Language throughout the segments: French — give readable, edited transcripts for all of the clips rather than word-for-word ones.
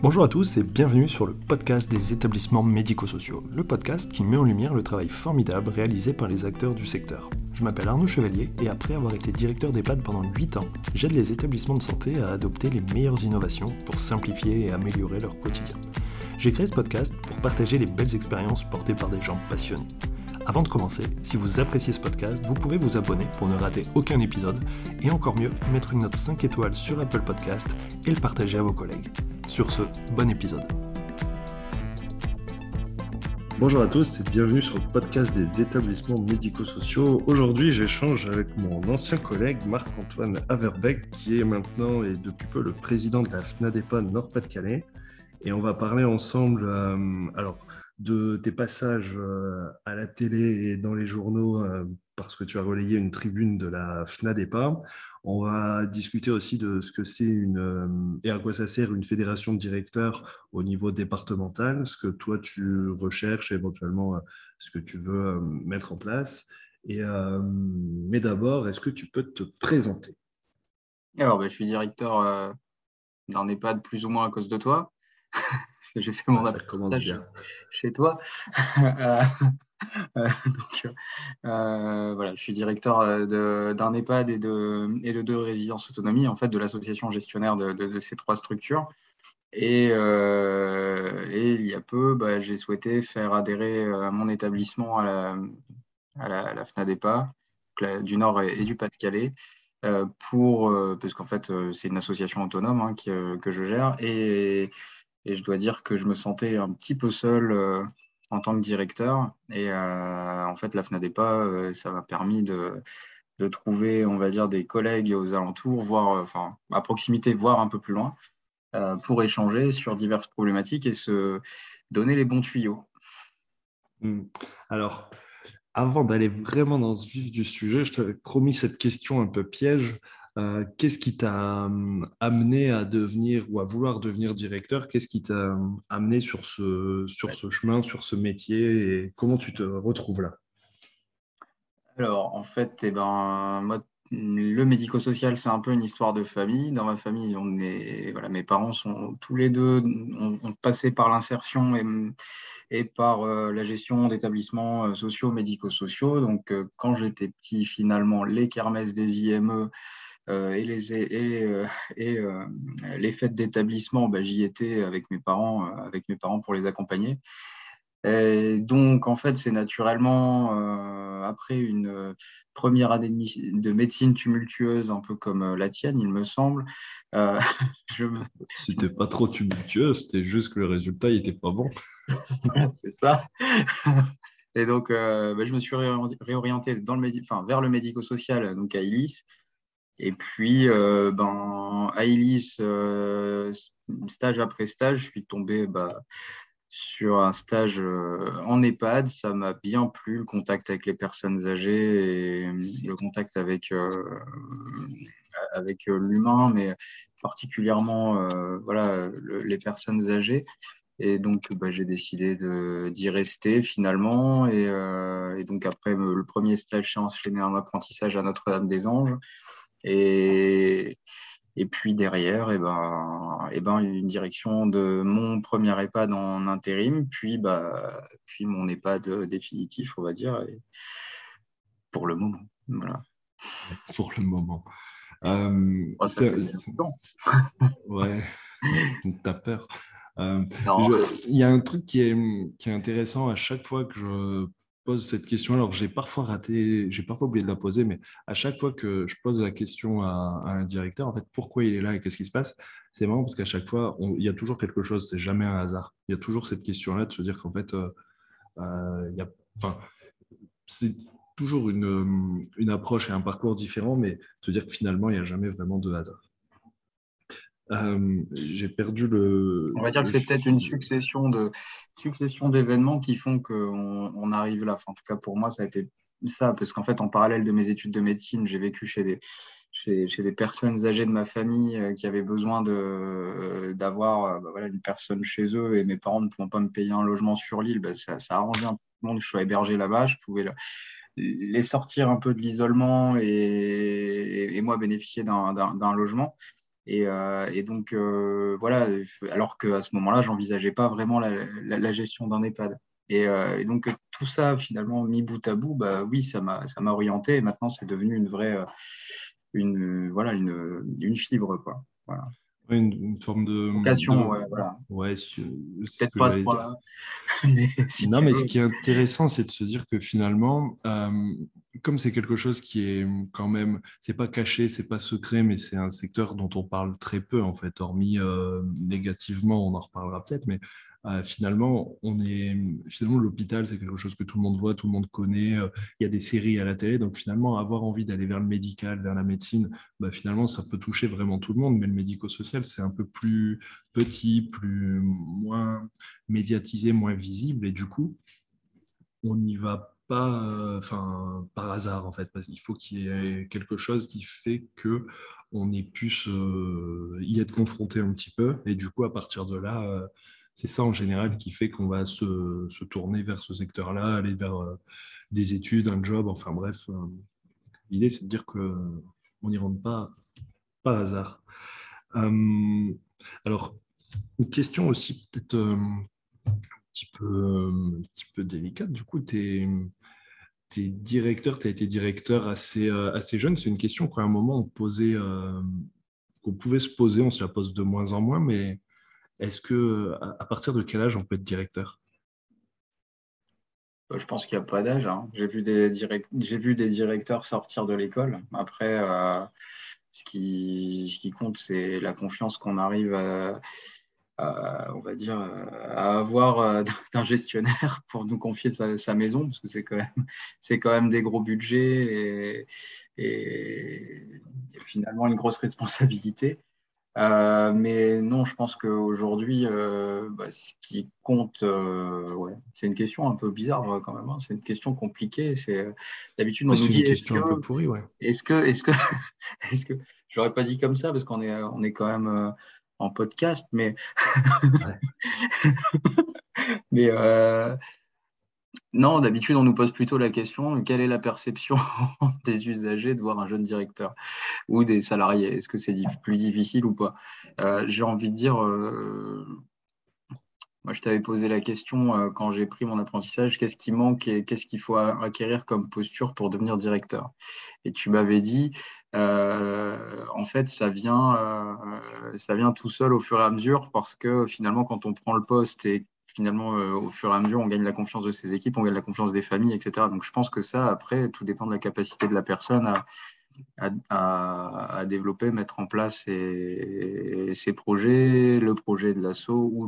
Bonjour à tous et bienvenue sur le podcast des établissements médico-sociaux, le podcast qui met en lumière le travail formidable réalisé par les acteurs du secteur. Je m'appelle Arnaud Chevalier et après avoir été directeur d'EHPAD pendant 8 ans, j'aide les établissements de santé à adopter les meilleures innovations pour simplifier et améliorer leur quotidien. J'ai créé ce podcast pour partager les belles expériences portées par des gens passionnés. Avant de commencer, si vous appréciez ce podcast, vous pouvez vous abonner pour ne rater aucun épisode et encore mieux, mettre une note 5 étoiles sur Apple Podcast et le partager à vos collègues. Sur ce, bon épisode. Bonjour à tous et bienvenue sur le podcast des établissements médico-sociaux. Aujourd'hui, j'échange avec mon ancien collègue Marc-Antoine Averbeck, qui est maintenant et depuis peu le président de la FNADEPA Nord-Pas-de-Calais. Et on va parler ensemble de tes passages à la télé et dans les journaux parce que tu as relayé une tribune de la FNADEPA. On va discuter aussi de ce que c'est et à quoi ça sert une fédération de directeurs au niveau départemental, ce que toi tu recherches et éventuellement ce que tu veux mettre en place. Mais d'abord, est-ce que tu peux te présenter? Alors, je suis directeur d'un EHPAD plus ou moins à cause de toi, parce que j'ai fait mon Ça commence apprentissage bien. chez toi. Voilà, je suis directeur d'un EHPAD et de deux résidences autonomie, en fait, de l'association gestionnaire de ces trois structures. Et il y a peu, j'ai souhaité faire adhérer à mon établissement à la FNADEPA du Nord et du Pas-de-Calais. Parce qu'en fait, c'est une association autonome que je gère et je dois dire que je me sentais un petit peu seul en tant que directeur. En fait, la FNADEPA, ça m'a permis de trouver, on va dire, des collègues aux alentours, voire à proximité, voire un peu plus loin, pour échanger sur diverses problématiques et se donner les bons tuyaux. Alors, avant d'aller vraiment dans ce vif du sujet, je t'avais promis cette question un peu piège. Qu'est-ce qui t'a amené à devenir ou à vouloir devenir directeur? Qu'est-ce qui t'a amené sur ce chemin, sur ce métier et comment tu te retrouves là? Alors, en fait, moi, le médico-social, c'est un peu une histoire de famille. Dans ma famille, voilà, mes parents sont tous les deux ont passé par l'insertion et par la gestion d'établissements sociaux, médico-sociaux. Donc, quand j'étais petit, finalement, les kermesses des IME et les fêtes d'établissement, j'y étais avec mes parents pour les accompagner. Et donc, en fait, c'est naturellement, après une première année de médecine tumultueuse, un peu comme la tienne, il me semble, euh, je me- C'était pas trop tumultueux, c'était juste que le résultat il était pas bon. c'est ça. Et donc, je me suis réorienté vers le médico-social, donc à Illis. Et puis, à Illis, stage après stage, je suis tombé sur un stage en EHPAD. Ça m'a bien plu, le contact avec les personnes âgées et le contact avec l'humain, mais particulièrement voilà, les personnes âgées. Et donc, j'ai décidé d'y rester finalement. Et donc, après le premier stage, j'ai enchaîné un apprentissage à Notre-Dame-des-Anges. Et, et puis derrière, une direction de mon premier EHPAD en intérim, puis mon EHPAD définitif, on va dire, et pour le moment. Voilà. Pour le moment. Oh, ça fait déjà longtemps. Ouais, t'as peur. Non. Il y a un truc qui est intéressant à chaque fois que je pose cette question. Alors, j'ai parfois oublié de la poser, mais à chaque fois que je pose la question à un directeur, en fait, pourquoi il est là et qu'est-ce qui se passe, c'est marrant parce qu'à chaque fois, il y a toujours quelque chose, c'est jamais un hasard. Il y a toujours cette question-là de se dire qu'en fait, enfin, c'est toujours une approche et un parcours différent, mais de se dire que finalement, il n'y a jamais vraiment de hasard. J'ai perdu On va dire que le c'est peut-être une fil. succession d'événements qui font qu'on arrive là. Enfin, en tout cas, pour moi, ça a été ça, parce qu'en fait, en parallèle de mes études de médecine, j'ai vécu chez des personnes âgées de ma famille qui avaient besoin d'avoir voilà, une personne chez eux et mes parents ne pouvant pas me payer un logement sur l'île. Ça arrangeait un peu tout le monde. Je suis hébergé là-bas. Je pouvais les sortir un peu de l'isolement et moi bénéficier d'un logement. Et donc, voilà, alors qu'à ce moment-là, j'envisageais pas vraiment la gestion d'un EHPAD. Et donc, tout ça, finalement, mis bout à bout, bah, oui, ça m'a orienté. Et maintenant, c'est devenu une vraie, voilà, une fibre, quoi. Voilà. Ouais, une forme Vocation, ouais, voilà. Ouais, c'est ce Peut-être que pas à ce j'allais dire. point-là, mais si Non, tu mais veux. ce qui est intéressant, c'est de se dire que finalement, comme c'est quelque chose qui est quand même, c'est pas caché, c'est pas secret, mais c'est un secteur dont on parle très peu, en fait, hormis négativement, on en reparlera peut-être, mais finalement, l'hôpital, c'est quelque chose que tout le monde voit, tout le monde connaît, il y a des séries à la télé, donc finalement, avoir envie d'aller vers le médical, vers la médecine, bah, finalement, ça peut toucher vraiment tout le monde, mais le médico-social, c'est un peu plus petit, moins médiatisé, moins visible, et du coup, on n'y va pas par hasard, en fait, parce qu'il faut qu'il y ait quelque chose qui fait que on ait pu y être confronté un petit peu, et du coup, à partir de là, c'est ça en général qui fait qu'on va se tourner vers ce secteur-là, aller vers des études, un job, enfin bref. L'idée, c'est de dire que on n'y rentre pas par hasard. Euh, alors, une question aussi peut-être un petit peu délicate. Du coup, t'es directeur, tu as été directeur assez jeune. C'est une question qu'à un moment qu'on pouvait se poser, on se la pose de moins en moins, mais est-ce que à partir de quel âge on peut être directeur? Je pense qu'il n'y a pas d'âge, hein. J'ai vu des directeurs sortir de l'école. Après, ce qui compte, c'est la confiance qu'on arrive on va dire, à avoir d'un gestionnaire pour nous confier sa maison, parce que c'est quand même des gros budgets et finalement une grosse responsabilité. Mais non, je pense qu'aujourd'hui, bah, ce qui compte, ouais, c'est une question un peu bizarre quand même, hein. C'est une question compliquée. D'habitude, on Ouais, nous c'est dit une question un peu pourrie, ouais. est-ce que, est-ce que, je l'aurais pas dit comme ça parce qu'on est quand même en podcast, Ouais. mais non, d'habitude, on nous pose plutôt la question, quelle est la perception des usagers de voir un jeune directeur ou des salariés? Est-ce que c'est plus difficile ou pas? J'ai envie de dire, moi, je t'avais posé la question quand j'ai pris mon apprentissage, qu'est-ce qui manque et qu'est-ce qu'il faut acquérir comme posture pour devenir directeur? Et tu m'avais dit, en fait, ça vient tout seul au fur et à mesure parce que finalement, quand on prend le poste et finalement, au fur et à mesure, on gagne la confiance de ses équipes, on gagne la confiance des familles, etc. Donc, je pense que ça, après, tout dépend de la capacité de la personne à développer, mettre en place ses projets, le projet de l'asso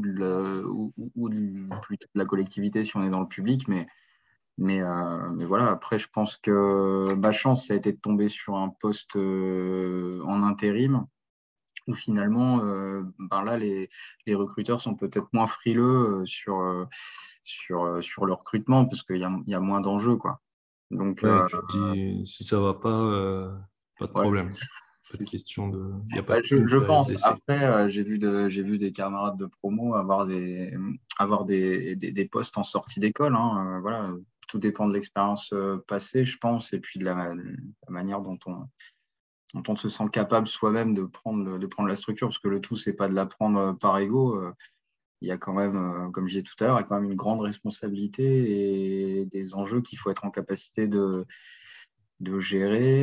ou plutôt de la collectivité si on est dans le public. Mais voilà, après, je pense que ma chance, ça a été de tomber sur un poste en intérim où finalement, ben là, les recruteurs sont peut-être moins frileux sur le recrutement parce qu'il y a moins d'enjeux, quoi. Donc, Ouais, tu te dis, si ça va pas, pas de ouais, problème. Pas de c'est question de. Il n'y a pas Bah, toute une je période pense. d'essai. Après, j'ai vu des camarades de promo avoir des postes en sortie d'école, hein. Voilà, tout dépend de l'expérience passée, je pense, et puis de la manière dont on se sent capable soi-même de prendre la structure, parce que le tout, c'est pas de l'apprendre par ego. Il y a quand même, comme je disais tout à l'heure, il y a quand même une grande responsabilité et des enjeux qu'il faut être en capacité de gérer.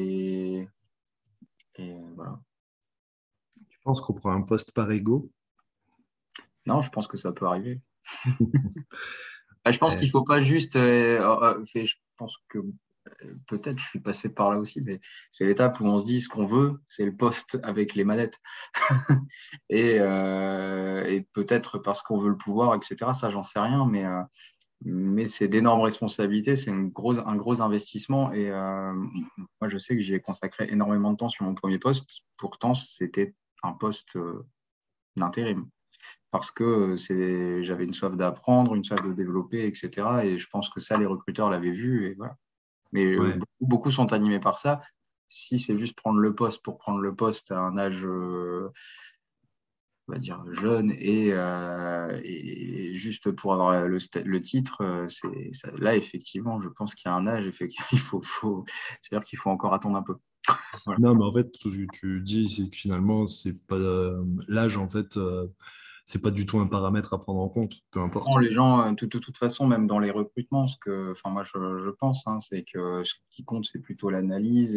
Et voilà. Tu penses qu'on prend un poste par ego? Non, je pense que ça peut arriver. Je pense qu'il Eh, faut pas juste. Je pense que peut-être je suis passé par là aussi, mais c'est l'étape où on se dit ce qu'on veut, c'est le poste avec les manettes. Et peut-être parce qu'on veut le pouvoir, etc. Ça, j'en sais rien, mais c'est d'énormes responsabilités, c'est un gros investissement. Et moi, je sais que j'y ai consacré énormément de temps sur mon premier poste. Pourtant, c'était un poste d'intérim parce que j'avais une soif d'apprendre, une soif de développer, etc. Et je pense que ça, les recruteurs l'avaient vu. Et voilà. Mais ouais. beaucoup sont animés par ça. Si c'est juste prendre le poste pour prendre le poste à un âge, on va dire, jeune et juste pour avoir le titre, là, effectivement, je pense qu'il y a un âge, effectivement, c'est-à-dire qu'il faut encore attendre un peu. Voilà. Non, mais en fait, tout ce que tu dis, c'est que finalement, c'est pas l'âge, en fait, c'est pas du tout un paramètre à prendre en compte, peu Non, importe. les gens, de toute façon, même dans les recrutements, enfin, moi, je pense, hein, c'est que ce qui compte, c'est plutôt l'analyse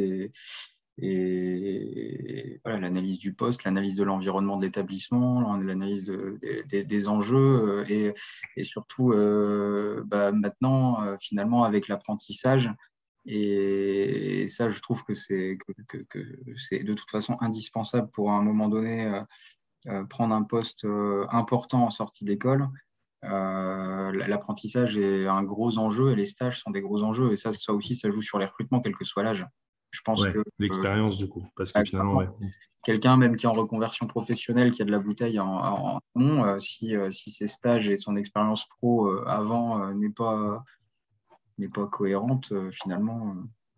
et voilà, l'analyse du poste, l'analyse de l'environnement de l'établissement, l'analyse des enjeux et surtout, maintenant, finalement, avec l'apprentissage. Et ça, je trouve que que c'est de toute façon indispensable pour à un moment donné prendre un poste important en sortie d'école. L'apprentissage est un gros enjeu et les stages sont des gros enjeux. Et ça aussi, ça joue sur les recrutements, quel que soit l'âge. Je pense Ouais, que euh, l'expérience, du coup, parce que finalement, ouais. clairement, quelqu'un même qui est en reconversion professionnelle, qui a de la bouteille en amont, si ses stages et son expérience pro avant n'est pas cohérente, finalement,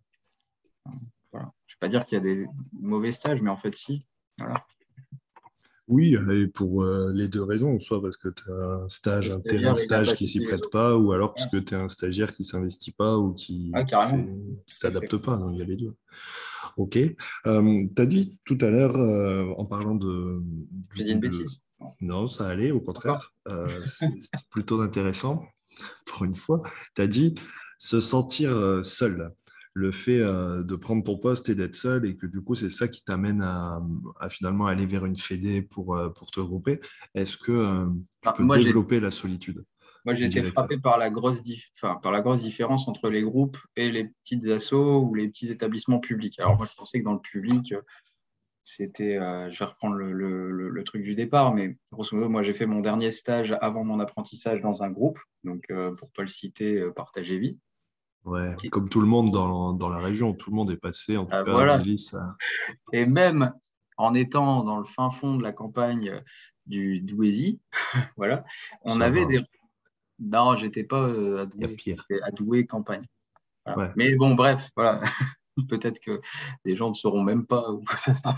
voilà. Je ne vais pas dire qu'il y a des mauvais stages, mais en fait, si. Voilà. Oui, et pour les deux raisons, soit parce que tu as Le un terrain de stagiaire, il n'a stage pas qui s'y suivi les prête autres. pas, ou alors parce Voilà. que tu es un stagiaire qui s'investit pas ou Ouais, qui carrément. Tout à fait. s'adapte pas. Donc, il y a les deux. Ok. Tu as dit tout à l'heure, en parlant du J'ai dit coup une de... bêtise. Non. Non, ça allait, au Encore. contraire. C'est plutôt intéressant, pour une fois. Tu as dit se sentir seul. Le fait de prendre ton poste et d'être seul, et que du coup, c'est ça qui t'amène à finalement aller vers une fédé pour te regrouper. Est-ce que tu Enfin, peux développer la solitude moi, j'ai du été frappé directeur? par par la grosse différence entre les groupes et les petites assos ou les petits établissements publics. Alors, moi, je pensais que dans le public, c'était, je vais reprendre le truc du départ, mais grosso modo, moi, j'ai fait mon dernier stage avant mon apprentissage dans un groupe, donc pour pas le citer, Partager Vie. Ouais, Qui- comme tout le monde dans la région, tout le monde est passé, en tout cas à voilà. Bielis. Et même en étant dans le fin fond de la campagne du Douaisis, voilà, on Ça avait va, des. Non, j'étais pas à il y a Douai, pire. j'étais à Douai campagne. Voilà. Ouais. Mais bon, bref, voilà. Peut-être que des gens ne sauront même pas où ça se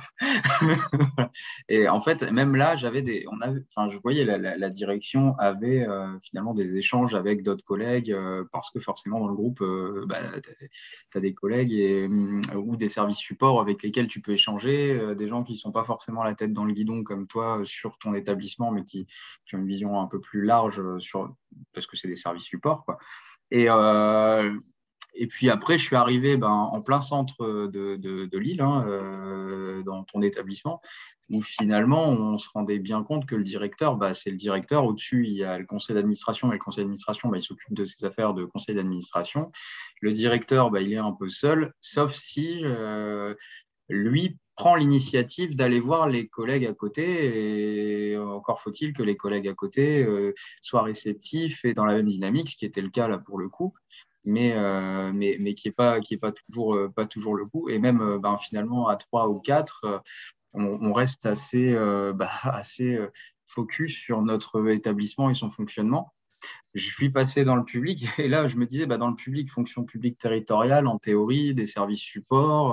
Et en fait, même là, enfin, je voyais la direction avait finalement des échanges avec d'autres collègues parce que forcément dans le groupe, tu as des collègues ou des services support avec lesquels tu peux échanger, des gens qui ne sont pas forcément la tête dans le guidon comme toi sur ton établissement, mais qui ont une vision un peu plus large parce que c'est des services support, quoi. Et, et puis après, je suis arrivé en plein centre de Lille, hein, dans ton établissement, où finalement, on se rendait bien compte que le directeur, c'est le directeur. Au-dessus, il y a le conseil d'administration, et le conseil d'administration, il s'occupe de ses affaires de conseil d'administration. Le directeur, il est un peu seul, sauf si lui prend l'initiative d'aller voir les collègues à côté. Et encore faut-il que les collègues à côté soient réceptifs et dans la même dynamique, ce qui était le cas là pour le coup mais qui est pas toujours le coup. Et même finalement, à trois ou quatre, on reste assez focus sur notre établissement et son fonctionnement. Je suis passé dans le public et là, je me disais, dans le public, fonction publique territoriale, en théorie, des services supports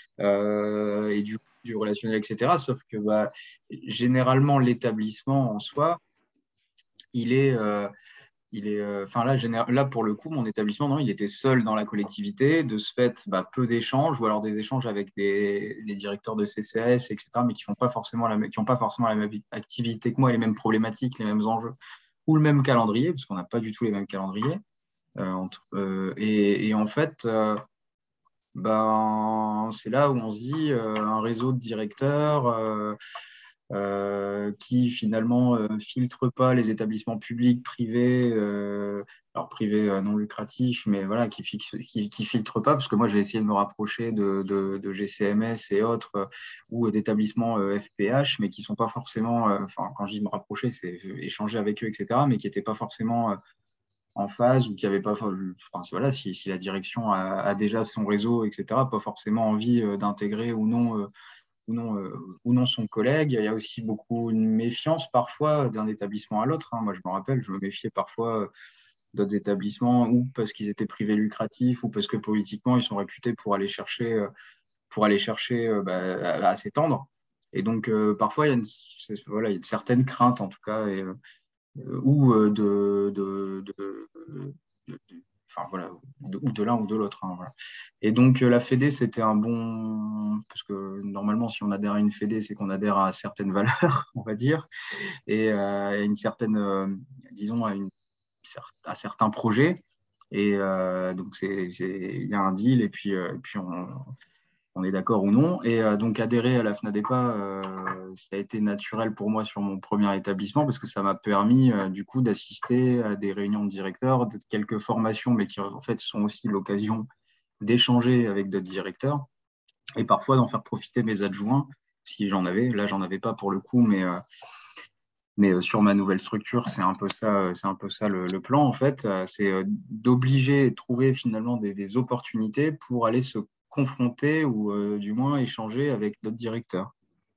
et du relationnel, etc. Sauf que généralement, l'établissement en soi, il est, enfin là, pour le coup, mon établissement, non, il était seul dans la collectivité. De ce fait, peu d'échanges, ou alors des échanges avec des directeurs de CCAS, etc., mais qui n'ont pas forcément la même activité que moi, les mêmes problématiques, les mêmes enjeux, ou le même calendrier, parce qu'on n'a pas du tout les mêmes calendriers. Et en fait, c'est là où on se dit un réseau de directeurs qui finalement filtre pas les établissements publics, privés, alors privés non lucratifs, mais voilà, qui filtre pas, parce que moi j'ai essayé de me rapprocher de GCMS et autres, ou d'établissements FPH, mais qui sont pas forcément, enfin quand je dis me rapprocher, c'est échanger avec eux, etc., mais qui n'étaient pas forcément en phase ou qui n'avaient pas, enfin, voilà, si la direction a déjà son réseau, etc., pas forcément envie d'intégrer ou non son collègue. Il y a aussi beaucoup de méfiance parfois d'un établissement à l'autre, hein. Moi, je me rappelle, je me méfiais parfois d'autres établissements, ou parce qu'ils étaient privés lucratifs, ou parce que politiquement, ils sont réputés pour aller chercher à s'étendre. Et donc, parfois, voilà, il y a une certaine crainte, en tout cas, ou enfin voilà, ou de l'un ou de l'autre, hein, voilà. Et donc la Fédé, c'était un bon, parce que normalement, si on adhère à une Fédé, c'est qu'on adhère à certaines valeurs, on va dire, et à une certaine, disons, à certains projets. Et donc, il y a un deal, et puis on est d'accord ou non. Et donc, adhérer à la FNADEPA, ça a été naturel pour moi sur mon premier établissement parce que ça m'a permis, du coup, d'assister à des réunions de directeurs, de quelques formations, mais qui, en fait, sont aussi l'occasion d'échanger avec d'autres directeurs et parfois d'en faire profiter mes adjoints si j'en avais. Là, j'en avais pas pour le coup, mais sur ma nouvelle structure, c'est un peu ça le plan en fait. C'est d'obliger et de trouver finalement des opportunités pour aller se confronter ou du moins échanger avec d'autres directeurs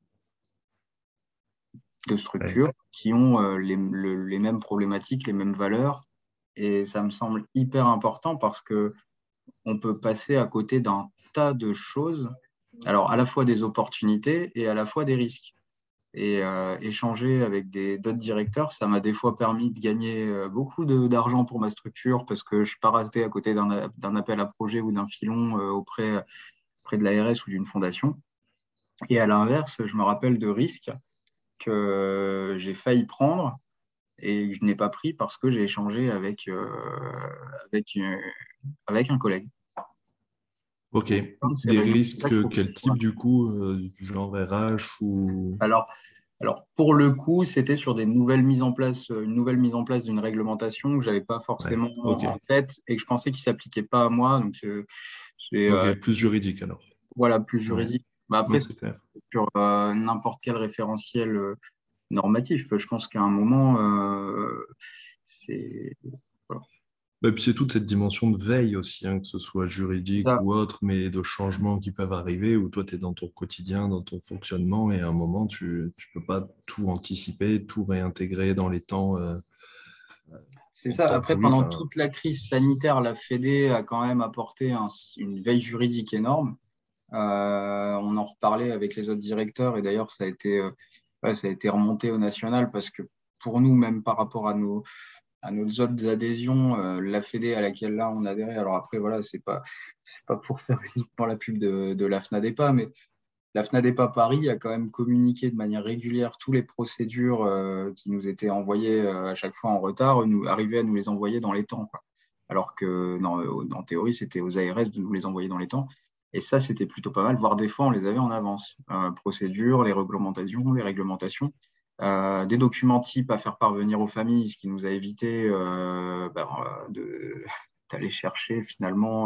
de Ouais. structures qui ont les mêmes problématiques, les mêmes valeurs. Et ça me semble hyper important parce que on peut passer à côté d'un tas de choses, alors à la fois des opportunités et à la fois des risques. Et échanger avec d'autres directeurs, ça m'a des fois permis de gagner beaucoup d'argent pour ma structure parce que je ne suis pas resté à côté d'un appel à projet ou d'un filon auprès de l'ARS ou d'une fondation. Et à l'inverse, je me rappelle de risques que j'ai failli prendre et que je n'ai pas pris parce que j'ai échangé avec, euh, avec un collègue. Ok. Et dans ces Des réunions, c'est ça que je risques, trouve quel cool. type du coup, du genre RH ou... Alors, Alors, pour le coup, c'était sur des nouvelles mises en place, une nouvelle mise en place d'une réglementation que j'avais pas Ouais, forcément ok. en tête et que je pensais qu'il s'appliquait pas à moi. Donc, c'est, Ok, plus juridique alors. voilà, plus Ouais, juridique. Bah, non, après, c'est c'est clair. sur n'importe quel référentiel normatif. Je pense qu'à un moment, c'est voilà. Et puis c'est toute cette dimension de veille aussi, hein, que ce soit juridique Ça. ou autre, mais de changements qui peuvent arriver, où toi, tu es dans ton quotidien, dans ton fonctionnement, et à un moment, tu ne peux pas tout anticiper, tout réintégrer dans les temps C'est en ça. temps Après, voulu. pendant Enfin, toute la crise sanitaire, la Fédé a quand même apporté une veille juridique énorme. On en reparlait avec les autres directeurs et d'ailleurs, ouais, ça a été remonté au national parce que pour nous, même par rapport à nos autres adhésions, la Fédé à laquelle là on adhérait, alors après, voilà, c'est pas pour faire uniquement la pub de la FNADEPA, mais la FNADEPA Paris a quand même communiqué de manière régulière toutes les procédures qui nous étaient envoyées à chaque fois en retard, nous arrivaient à nous les envoyer dans les temps, quoi. Alors que en théorie, c'était aux ARS de nous les envoyer dans les temps. Et ça, c'était plutôt pas mal, voire des fois, on les avait en avance. Procédures, les réglementations, des documents types à faire parvenir aux familles, ce qui nous a évité d'aller chercher finalement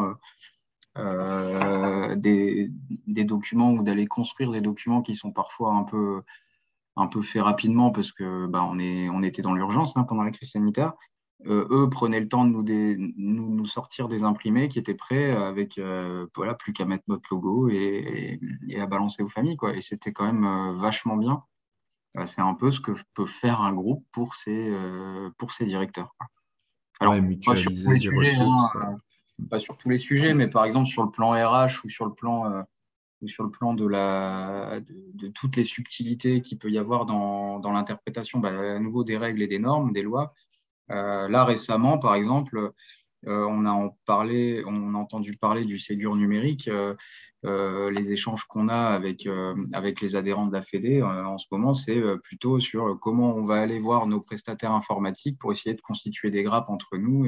euh, des, des documents ou d'aller construire des documents qui sont parfois un peu faits rapidement parce que on était dans l'urgence pendant la crise sanitaire. Eux prenaient le temps de nous sortir des imprimés qui étaient prêts avec voilà, plus qu'à mettre notre logo et à balancer aux familles, quoi. Et c'était quand même vachement bien. C'est un peu ce que peut faire un groupe pour ses directeurs, quoi. ouais, Alors, pas sur tous mutualiser les des sujets, ressources. pas sur tous les sujets, mais par exemple sur le plan RH ou sur le plan de toutes les subtilités qu'il peut y avoir dans l'interprétation, à nouveau des règles et des normes, des lois. Là, récemment, par exemple, on a entendu parler du Ségur numérique, les échanges qu'on a avec les adhérents de la Fédé en ce moment, c'est plutôt sur comment on va aller voir nos prestataires informatiques pour essayer de constituer des grappes entre nous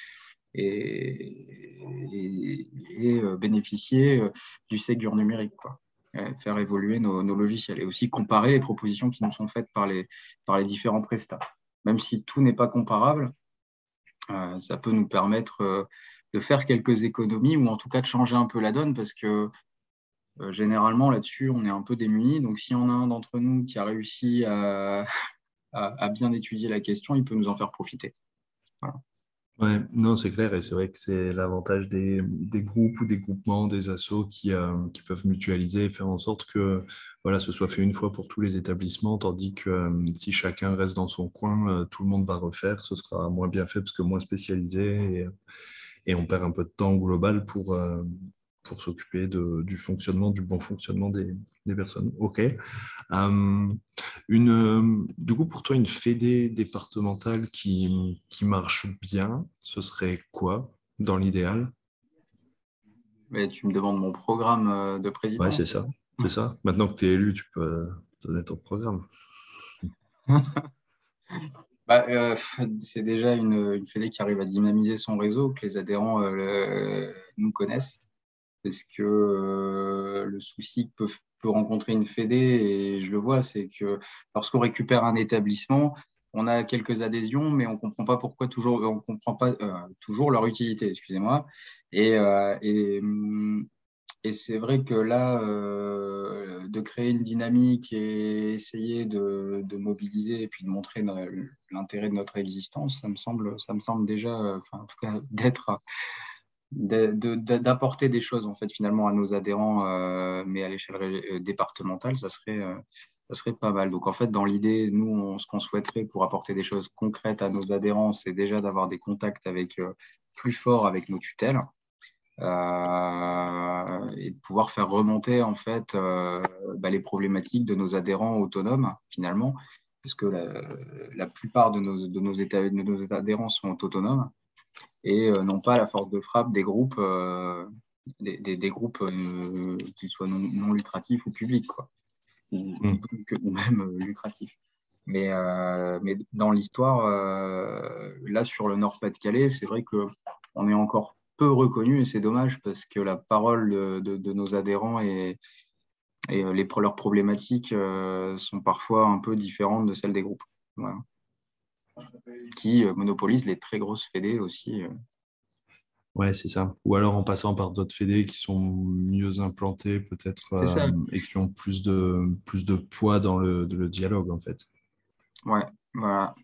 et bénéficier du Ségur numérique, quoi. Faire évoluer nos logiciels et aussi comparer les propositions qui nous sont faites par les différents prestats. Même si tout n'est pas comparable, ça peut nous permettre de faire quelques économies ou en tout cas de changer un peu la donne parce que généralement là-dessus, on est un peu démunis. Donc, s'il y en a un d'entre nous qui a réussi à bien étudier la question, il peut nous en faire profiter. Voilà. Ouais, non, c'est clair, et c'est vrai que c'est l'avantage des groupes ou des groupements, des assos qui peuvent mutualiser et faire en sorte que voilà, ce soit fait une fois pour tous les établissements, tandis que si chacun reste dans son coin, tout le monde va refaire, ce sera moins bien fait parce que moins spécialisé, et on perd un peu de temps au global pour s'occuper du fonctionnement, du bon fonctionnement des personnes. OK. Du coup, pour toi, une fédé départementale qui marche bien, ce serait quoi? dans l'idéal? Mais tu me demandes mon programme de Ouais, président. c'est ça. C'est ça. Maintenant que tu es élu, tu peux donner ton programme. C'est déjà une fédé qui arrive à dynamiser son réseau, que les adhérents nous connaissent. Parce que le souci que peut rencontrer une fédé, et je le vois, c'est que lorsqu'on récupère un établissement, on a quelques adhésions, mais on comprend pas pourquoi toujours, on comprend pas toujours leur utilité, excusez-moi. Et c'est vrai que là, de créer une dynamique et essayer de mobiliser et puis de montrer l'intérêt de notre existence, ça me semble déjà, enfin, en tout cas, d'apporter des choses en fait finalement à nos adhérents, mais à l'échelle départementale, ça serait pas mal. Donc en fait, dans l'idée, nous, ce qu'on souhaiterait pour apporter des choses concrètes à nos adhérents, c'est déjà d'avoir des contacts avec plus forts avec nos tutelles. Et de pouvoir faire remonter en fait les problématiques de nos adhérents autonomes finalement, puisque la plupart de nos adhérents sont autonomes et n'ont pas la force de frappe des groupes, des groupes qu'ils soient non lucratifs ou publics, quoi, Mm. ou même lucratifs. Mais dans l'histoire, là sur le Nord-Pas-de-Calais, c'est vrai qu'on est encore peu reconnu et c'est dommage parce que la parole de nos adhérents et leurs problématiques sont parfois un peu différentes de celles des groupes. Voilà. Qui monopolisent les très grosses fédés aussi. Ouais, c'est ça. Ou alors en passant par d'autres fédés qui sont mieux implantés, peut-être, C'est ça. et qui ont plus de poids dans le dialogue, en fait. Ouais, voilà.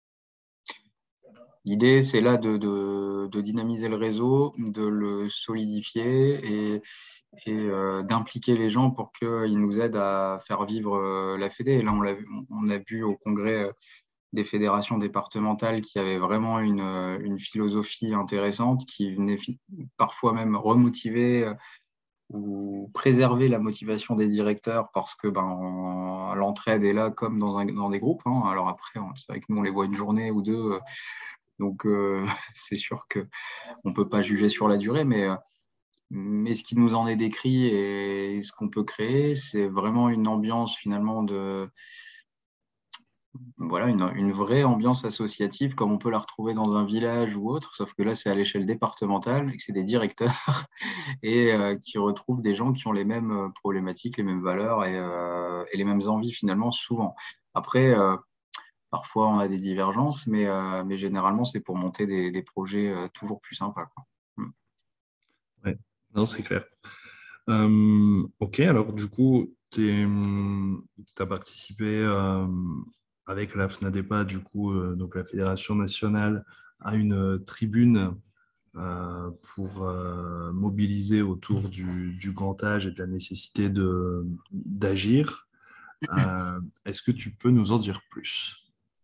L'idée, c'est là de dynamiser le réseau, de le solidifier et d'impliquer les gens pour qu'ils nous aident à faire vivre la Fédé. Et là, on a vu au congrès des fédérations départementales qui avaient vraiment une philosophie intéressante, qui venait parfois même remotiver ou préserver la motivation des directeurs parce que l'entraide est là comme dans des groupes, hein. Alors après, c'est vrai que nous, on les voit une journée ou deux. Donc, c'est sûr qu'on ne peut pas juger sur la durée, mais ce qui nous en est décrit et ce qu'on peut créer, c'est vraiment une ambiance finalement voilà, une vraie ambiance associative comme on peut la retrouver dans un village ou autre, sauf que là, c'est à l'échelle départementale et que c'est des directeurs et qui retrouvent des gens qui ont les mêmes problématiques, les mêmes valeurs et les mêmes envies finalement souvent. Après, parfois, on a des divergences, mais généralement, c'est pour monter des projets toujours plus sympas, quoi. Mm. Ouais, non, c'est clair. Ok, alors du coup, tu as participé avec la FNADEPA, du coup, donc la Fédération nationale, à une tribune pour mobiliser autour du grand âge et de la nécessité d'agir. Est-ce que tu peux nous en dire plus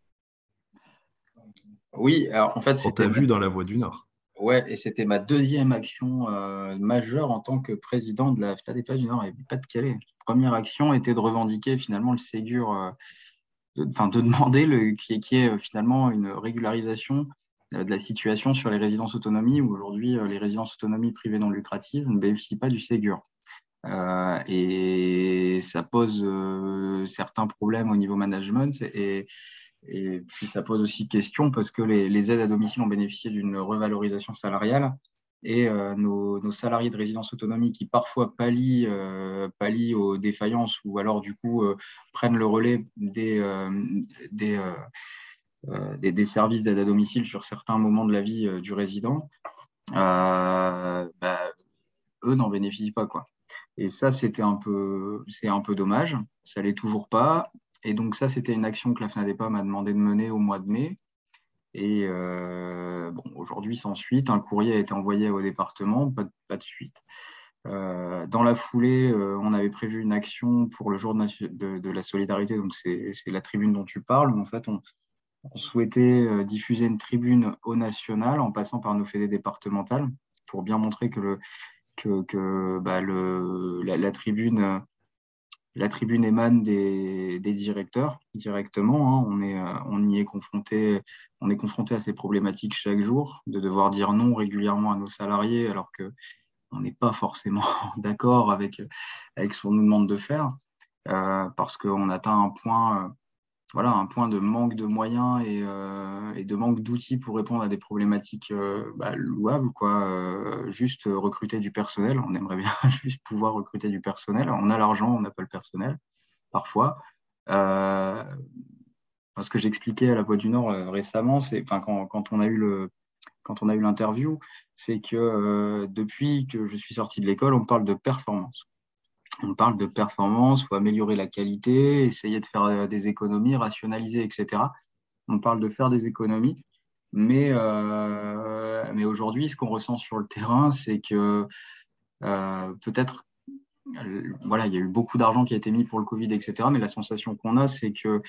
Oui, alors en sur fait, ce qu'on t'a vu dans la Voie du Nord? ouais, et c'était ma deuxième action majeure en tant que président de la FNADEPA du Nord et du Pas-de-Calais. Première action était de revendiquer finalement le Ségur, de demander qu'il y ait finalement une régularisation de la situation sur les résidences autonomie, où aujourd'hui les résidences autonomie privées non lucratives ne bénéficient pas du Ségur. Et ça pose certains problèmes au niveau management et puis ça pose aussi question parce que les aides à domicile ont bénéficié d'une revalorisation salariale et nos salariés de résidence autonomie qui parfois pallient aux défaillances ou alors du coup prennent le relais des services d'aide à domicile sur certains moments de la vie du résident, eux n'en bénéficient pas, quoi. Et ça, c'est un peu dommage. Ça l'est toujours pas. Et donc ça, c'était une action que la FNADEPA m'a demandé de mener au mois de mai. Et aujourd'hui, sans suite, un courrier a été envoyé au département, pas de suite. Dans la foulée, on avait prévu une action pour le jour de la solidarité. Donc c'est la tribune dont tu parles. En fait, on souhaitait diffuser une tribune au national en passant par nos fédés départementales pour bien montrer que la tribune la tribune émane des directeurs directement. Hein. On y est confronté, on est confronté à ces problématiques chaque jour, de devoir dire non régulièrement à nos salariés alors qu'on n'est pas forcément d'accord avec ce qu'on nous demande de faire, parce qu'on atteint un point de manque de moyens et de manque d'outils pour répondre à des problématiques louables, quoi. Juste recruter du personnel. On aimerait bien juste pouvoir recruter du personnel. On a l'argent, on n'a pas le personnel, parfois. Euh, Ce que j'expliquais à la Voix du Nord récemment, quand on a eu l'interview, c'est que depuis que je suis sorti de l'école, on parle de performance. On parle de performance, il faut améliorer la qualité, essayer de faire des économies, rationaliser, etc. On parle de faire des économies, mais aujourd'hui, ce qu'on ressent sur le terrain, c'est que peut-être, voilà, il y a eu beaucoup d'argent qui a été mis pour le Covid, etc. Mais la sensation qu'on a, c'est que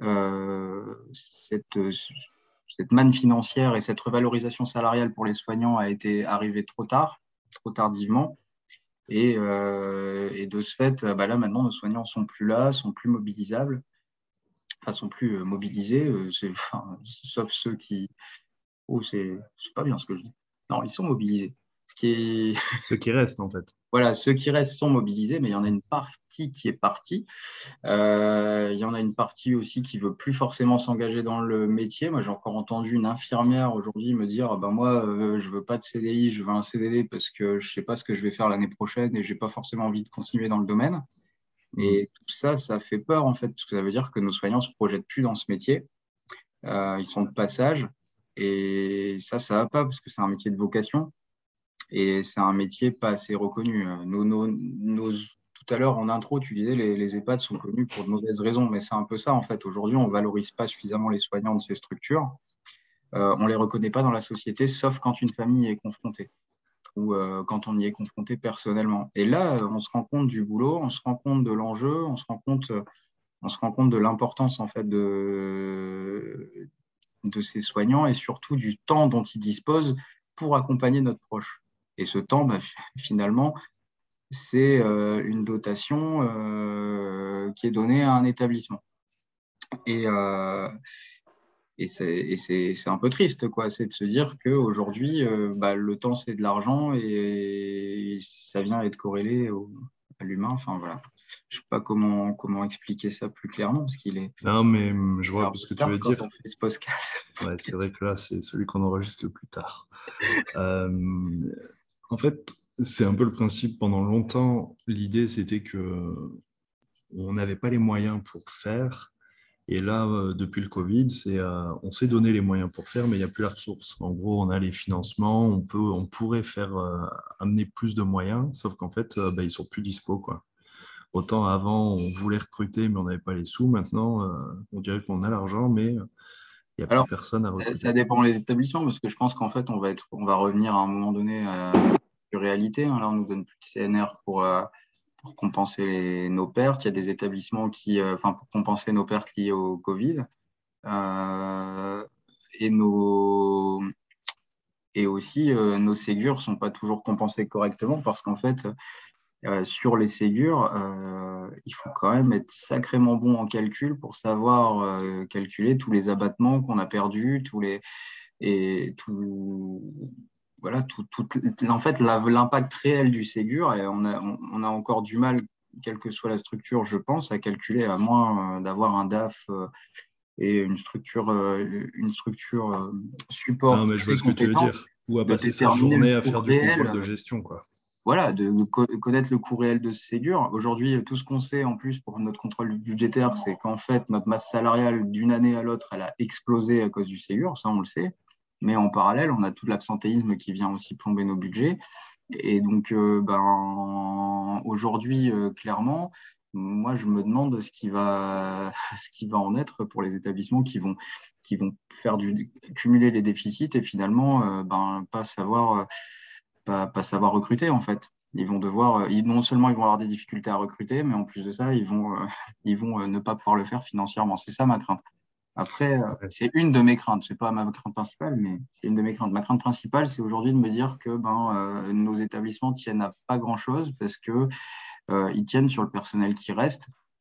cette manne financière et cette revalorisation salariale pour les soignants a été arrivée trop tard, trop tardivement. Et de ce fait, là maintenant, nos soignants sont plus là, sont plus mobilisables, enfin sont plus mobilisés, sauf ceux qui... Oh, c'est pas bien ce que je dis. Non, ils sont mobilisés. Ce qui est... Ceux qui restent, en fait. Voilà, ceux qui restent sont mobilisés, mais il y en a une partie qui est partie. Il y en a une partie aussi qui veut plus forcément s'engager dans le métier. Moi, j'ai encore entendu une infirmière aujourd'hui me dire, moi, je veux pas de CDI, je veux un CDD parce que je sais pas ce que je vais faire l'année prochaine et j'ai pas forcément envie de continuer dans le domaine. Et tout ça, ça fait peur en fait, parce que ça veut dire que nos soignants se projettent plus dans ce métier. Ils sont de passage et ça va pas parce que c'est un métier de vocation et c'est un métier pas assez reconnu. Tout à l'heure, en intro, tu disais les EHPAD sont connus pour de mauvaises raisons, mais c'est un peu ça en fait. Aujourd'hui, on valorise pas suffisamment les soignants de ces structures. On les reconnaît pas dans la société, sauf quand une famille est confrontée ou quand on y est confronté personnellement. Et là, on se rend compte du boulot, on se rend compte de l'enjeu, on se rend compte de l'importance en fait de ces soignants et surtout du temps dont ils disposent pour accompagner notre proche. Et ce temps, finalement, c'est une dotation qui est donnée à un établissement. Et, c'est un peu triste, quoi. C'est de se dire qu'aujourd'hui, le temps, c'est de l'argent et ça vient être corrélé à l'humain. Enfin, voilà. Je ne sais pas comment expliquer ça plus clairement, parce qu'il est Non, mais je un vois peu ce que tu tard veux quand dire. on fait ce podcast. Ouais, c'est vrai que là, c'est celui qu'on enregistre le plus tard. Euh, En fait, c'est un peu le principe. Pendant longtemps, l'idée, c'était que on n'avait pas les moyens pour faire. Et là, depuis le Covid, on s'est donné les moyens pour faire, mais il n'y a plus la ressource. En gros, on a les financements, on pourrait faire amener plus de moyens, sauf qu'en fait, ils sont plus dispo, quoi. Autant avant, on voulait recruter, mais on n'avait pas les sous. Maintenant, on dirait qu'on a l'argent, mais il n'y a plus Alors, personne à ça recruter. dépend des établissements, parce que je pense qu'en fait, on va revenir à un moment donné à la réalité. Hein. Là, on nous donne plus de CNR pour compenser nos pertes. Il y a des établissements pour compenser nos pertes liées au Covid. Euh, et et aussi, nos Ségur ne sont pas toujours compensés correctement parce qu'en fait, sur les Ségur, il faut quand même être sacrément bon en calcul pour savoir calculer tous les abattements qu'on a perdus, et tout, voilà, en fait, l'impact réel du Ségur, et on a encore du mal, quelle que soit la structure, je pense, à calculer, à moins d'avoir un DAF et une structure Non, support mais je vois très ce que tu veux compétente, dire. Ou à de passer sa déterminer le journée à coût faire du réel, contrôle de gestion, quoi. voilà, connaître le coût réel de ce Ségur. Aujourd'hui, tout ce qu'on sait en plus pour notre contrôle budgétaire, c'est qu'en fait, notre masse salariale d'une année à l'autre, elle a explosé à cause du Ségur, ça on le sait. Mais en parallèle, on a tout l'absentéisme qui vient aussi plomber nos budgets. Et donc, aujourd'hui, clairement, moi, je me demande ce qui va en être pour les établissements qui vont cumuler les déficits et finalement, pas savoir recruter, en fait. Ils vont devoir, non seulement ils vont avoir des difficultés à recruter, mais en plus de ça, ils vont ne pas pouvoir le faire financièrement. C'est ça ma crainte. Après, Ouais. c'est une de mes craintes. C'est pas ma crainte principale, mais c'est une de mes craintes. Ma crainte principale, c'est aujourd'hui de me dire que nos établissements tiennent à pas grand-chose parce que ils tiennent sur le personnel qui reste.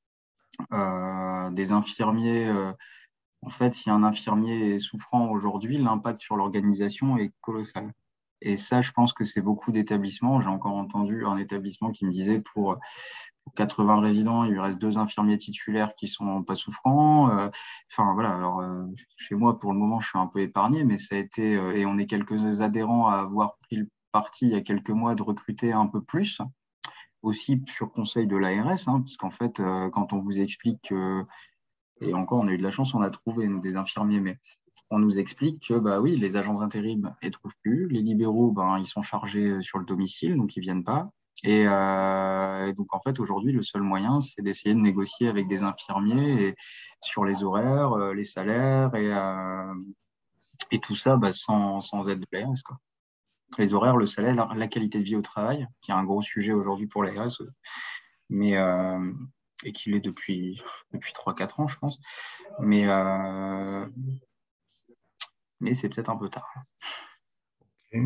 des infirmiers. En fait, si un infirmier est souffrant aujourd'hui, l'impact sur l'organisation est colossal. Et ça, je pense que c'est beaucoup d'établissements. J'ai encore entendu un établissement qui me disait pour 80 résidents, il lui reste 2 infirmiers titulaires qui sont pas souffrants. Enfin, voilà. Alors, chez moi, pour le moment, je suis un peu épargné, mais ça a été, et on est quelques adhérents à avoir pris le parti il y a quelques mois de recruter un peu plus, aussi sur conseil de l'ARS, hein, parce qu'en fait, quand on vous explique que, et encore, on a eu de la chance, on a trouvé des infirmiers, mais on nous explique que, bah oui, les agents d'intérim, ils ne trouvent plus. Les libéraux, ben, ils sont chargés sur le domicile, donc ils ne viennent pas. Et donc, en fait, aujourd'hui, le seul moyen, c'est d'essayer de négocier avec des infirmiers sur les horaires, les salaires et tout ça bah, sans aide de l'ARS, quoi. Les horaires, le salaire, la qualité de vie au travail, qui est un gros sujet aujourd'hui pour l'ARS, mais, et qui l'est depuis 3-4 ans, je pense. Mais c'est peut-être un peu tard. Ok.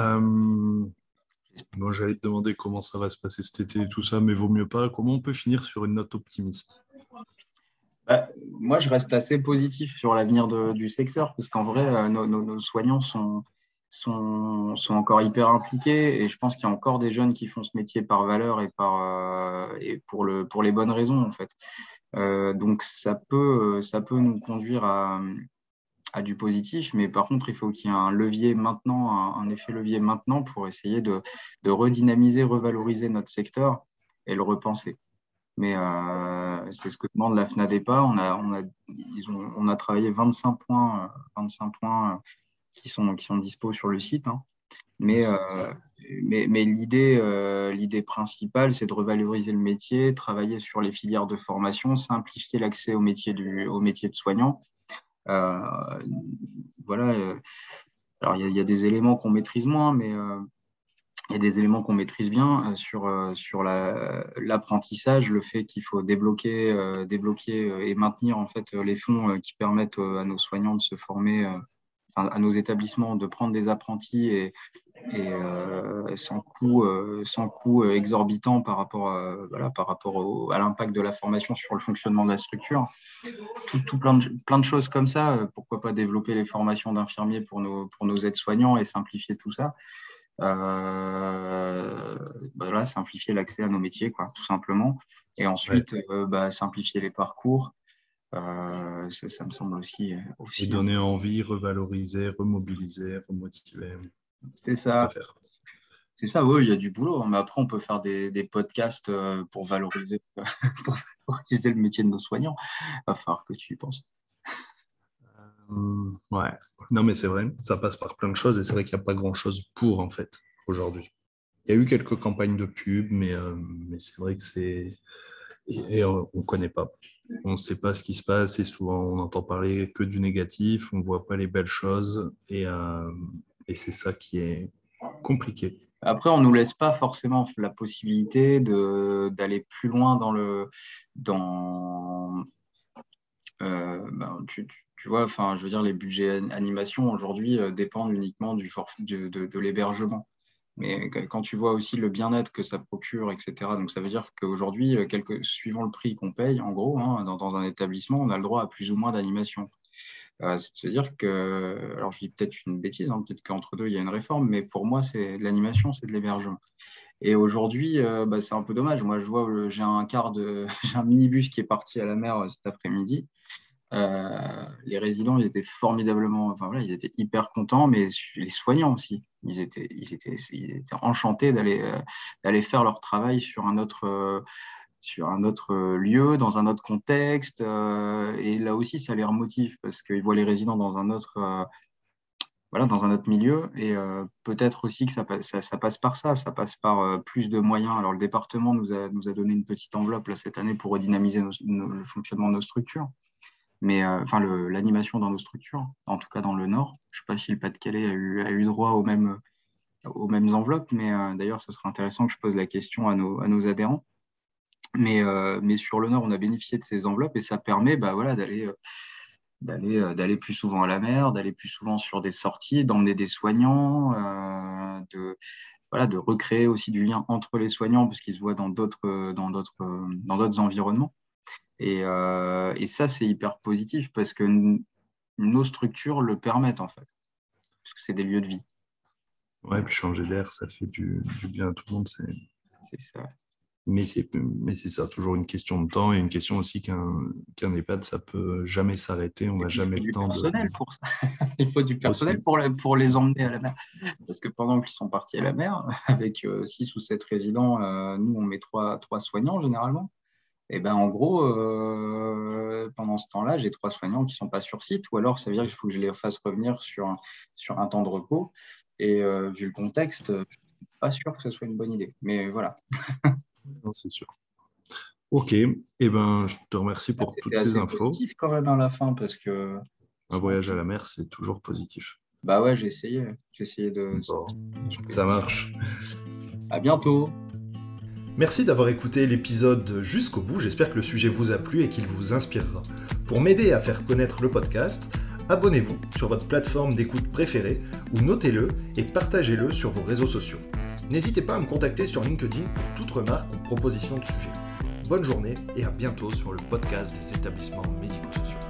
Moi, j'allais te demander comment ça va se passer cet été et tout ça, mais vaut mieux pas. Comment on peut finir sur une note optimiste? Bah, moi, je reste assez positif sur l'avenir du secteur, parce qu'en vrai, nos soignants sont encore hyper impliqués, et je pense qu'il y a encore des jeunes qui font ce métier par valeur et pour les bonnes raisons, en fait. Donc, ça peut nous conduire à du positif, mais par contre, il faut qu'il y ait un levier maintenant, un effet levier maintenant pour essayer de redynamiser, revaloriser notre secteur et le repenser. Mais c'est ce que demande la FNADEPA. On a travaillé 25 points qui sont dispo sur le site, hein. Mais l'idée principale, c'est de revaloriser le métier, travailler sur les filières de formation, simplifier l'accès au métier de soignant. Euh, voilà. Alors, il y a des éléments qu'on maîtrise moins, mais il y a des éléments qu'on maîtrise bien sur l'apprentissage, le fait qu'il faut débloquer et maintenir en fait les fonds qui permettent à nos soignants de se former, à nos établissements de prendre des apprentis et sans coût exorbitant par rapport à l'impact de la formation sur le fonctionnement de la structure. Tout plein de choses comme ça. Pourquoi pas développer les formations d'infirmiers pour nos aides-soignants et simplifier tout ça. Voilà, simplifier l'accès à nos métiers, quoi, tout simplement. Et ensuite, simplifier les parcours. Ça me semble Et aussi donner envie, revaloriser, remobiliser, remotiver. c'est À ça. faire. C'est ça, oui, il y a du boulot, hein. Mais après, on peut faire des podcasts pour valoriser, pour valoriser le métier de nos soignants. Il va falloir que tu y penses. Ouais. Non, mais c'est vrai, ça passe par plein de choses et c'est vrai qu'il n'y a pas grand-chose pour, en fait, aujourd'hui. Il y a eu quelques campagnes de pub, mais c'est vrai que c'est... Et on ne connaît pas. On ne sait pas ce qui se passe et souvent on entend parler que du négatif, on ne voit pas les belles choses et c'est ça qui est compliqué. Après, on ne nous laisse pas forcément la possibilité d'aller plus loin dans tu vois, enfin, je veux dire, les budgets animation aujourd'hui dépendent uniquement de l'hébergement. Mais quand tu vois aussi le bien-être que ça procure, etc., donc ça veut dire qu'aujourd'hui, suivant le prix qu'on paye, en gros, hein, dans un établissement, on a le droit à plus ou moins d'animation. C'est-à-dire que, alors je dis peut-être une bêtise, hein, peut-être qu'entre deux, il y a une réforme, mais pour moi, c'est de l'animation, c'est de l'hébergement. Et aujourd'hui, c'est un peu dommage. Moi, je vois, j'ai j'ai un minibus qui est parti à la mer cet après-midi. Les résidents, ils étaient formidablement, enfin voilà, ils étaient hyper contents, mais les soignants aussi, ils étaient enchantés d'aller faire leur travail sur un autre lieu, dans un autre contexte. Et là aussi, ça les remotive parce qu'ils voient les résidents dans un autre milieu. Et peut-être aussi que ça passe par ça. Ça passe par plus de moyens. Alors, le département nous a donné une petite enveloppe là, cette année pour redynamiser le fonctionnement de nos structures. Mais enfin, l'animation dans nos structures, en tout cas dans le Nord. Je ne sais pas si le Pas-de-Calais a eu droit aux mêmes enveloppes, mais d'ailleurs, ça serait intéressant que je pose la question à nos adhérents. Mais sur le Nord, on a bénéficié de ces enveloppes et ça permet voilà, d'aller plus souvent à la mer, d'aller plus souvent sur des sorties, d'emmener des soignants, de recréer aussi du lien entre les soignants parce qu'ils se voient dans d'autres environnements. Et ça, c'est hyper positif parce que nos structures le permettent, en fait, parce que c'est des lieux de vie. Ouais, puis changer d'air, ça fait du bien à tout le monde. C'est ça. Mais c'est ça, toujours une question de temps et une question aussi qu'un EHPAD, ça peut jamais s'arrêter. On n'a jamais le temps Il faut du personnel pour ça. Il faut du personnel Aussi. pour les emmener à la mer. Parce que pendant qu'ils sont partis à la mer, avec 6 ou 7 résidents, nous, on met 3 soignants généralement. Et ben en gros, pendant ce temps-là, j'ai 3 soignants qui ne sont pas sur site, ou alors ça veut dire qu'il faut que je les fasse revenir sur un temps de repos. Et vu le contexte, je ne suis pas sûr que ce soit une bonne idée. Mais voilà. Non, c'est sûr. Ok, eh ben, je te remercie pour toutes C'était ces assez infos. positif quand même à la fin, parce que Un voyage à la mer, c'est toujours positif. bah ouais, j'ai essayé. J'ai essayé de. Bon, ça marche. À bientôt. Merci d'avoir écouté l'épisode jusqu'au bout, j'espère que le sujet vous a plu et qu'il vous inspirera. Pour m'aider à faire connaître le podcast, abonnez-vous sur votre plateforme d'écoute préférée ou notez-le et partagez-le sur vos réseaux sociaux. N'hésitez pas à me contacter sur LinkedIn pour toute remarque ou proposition de sujet. Bonne journée et à bientôt sur le podcast des établissements médico-sociaux.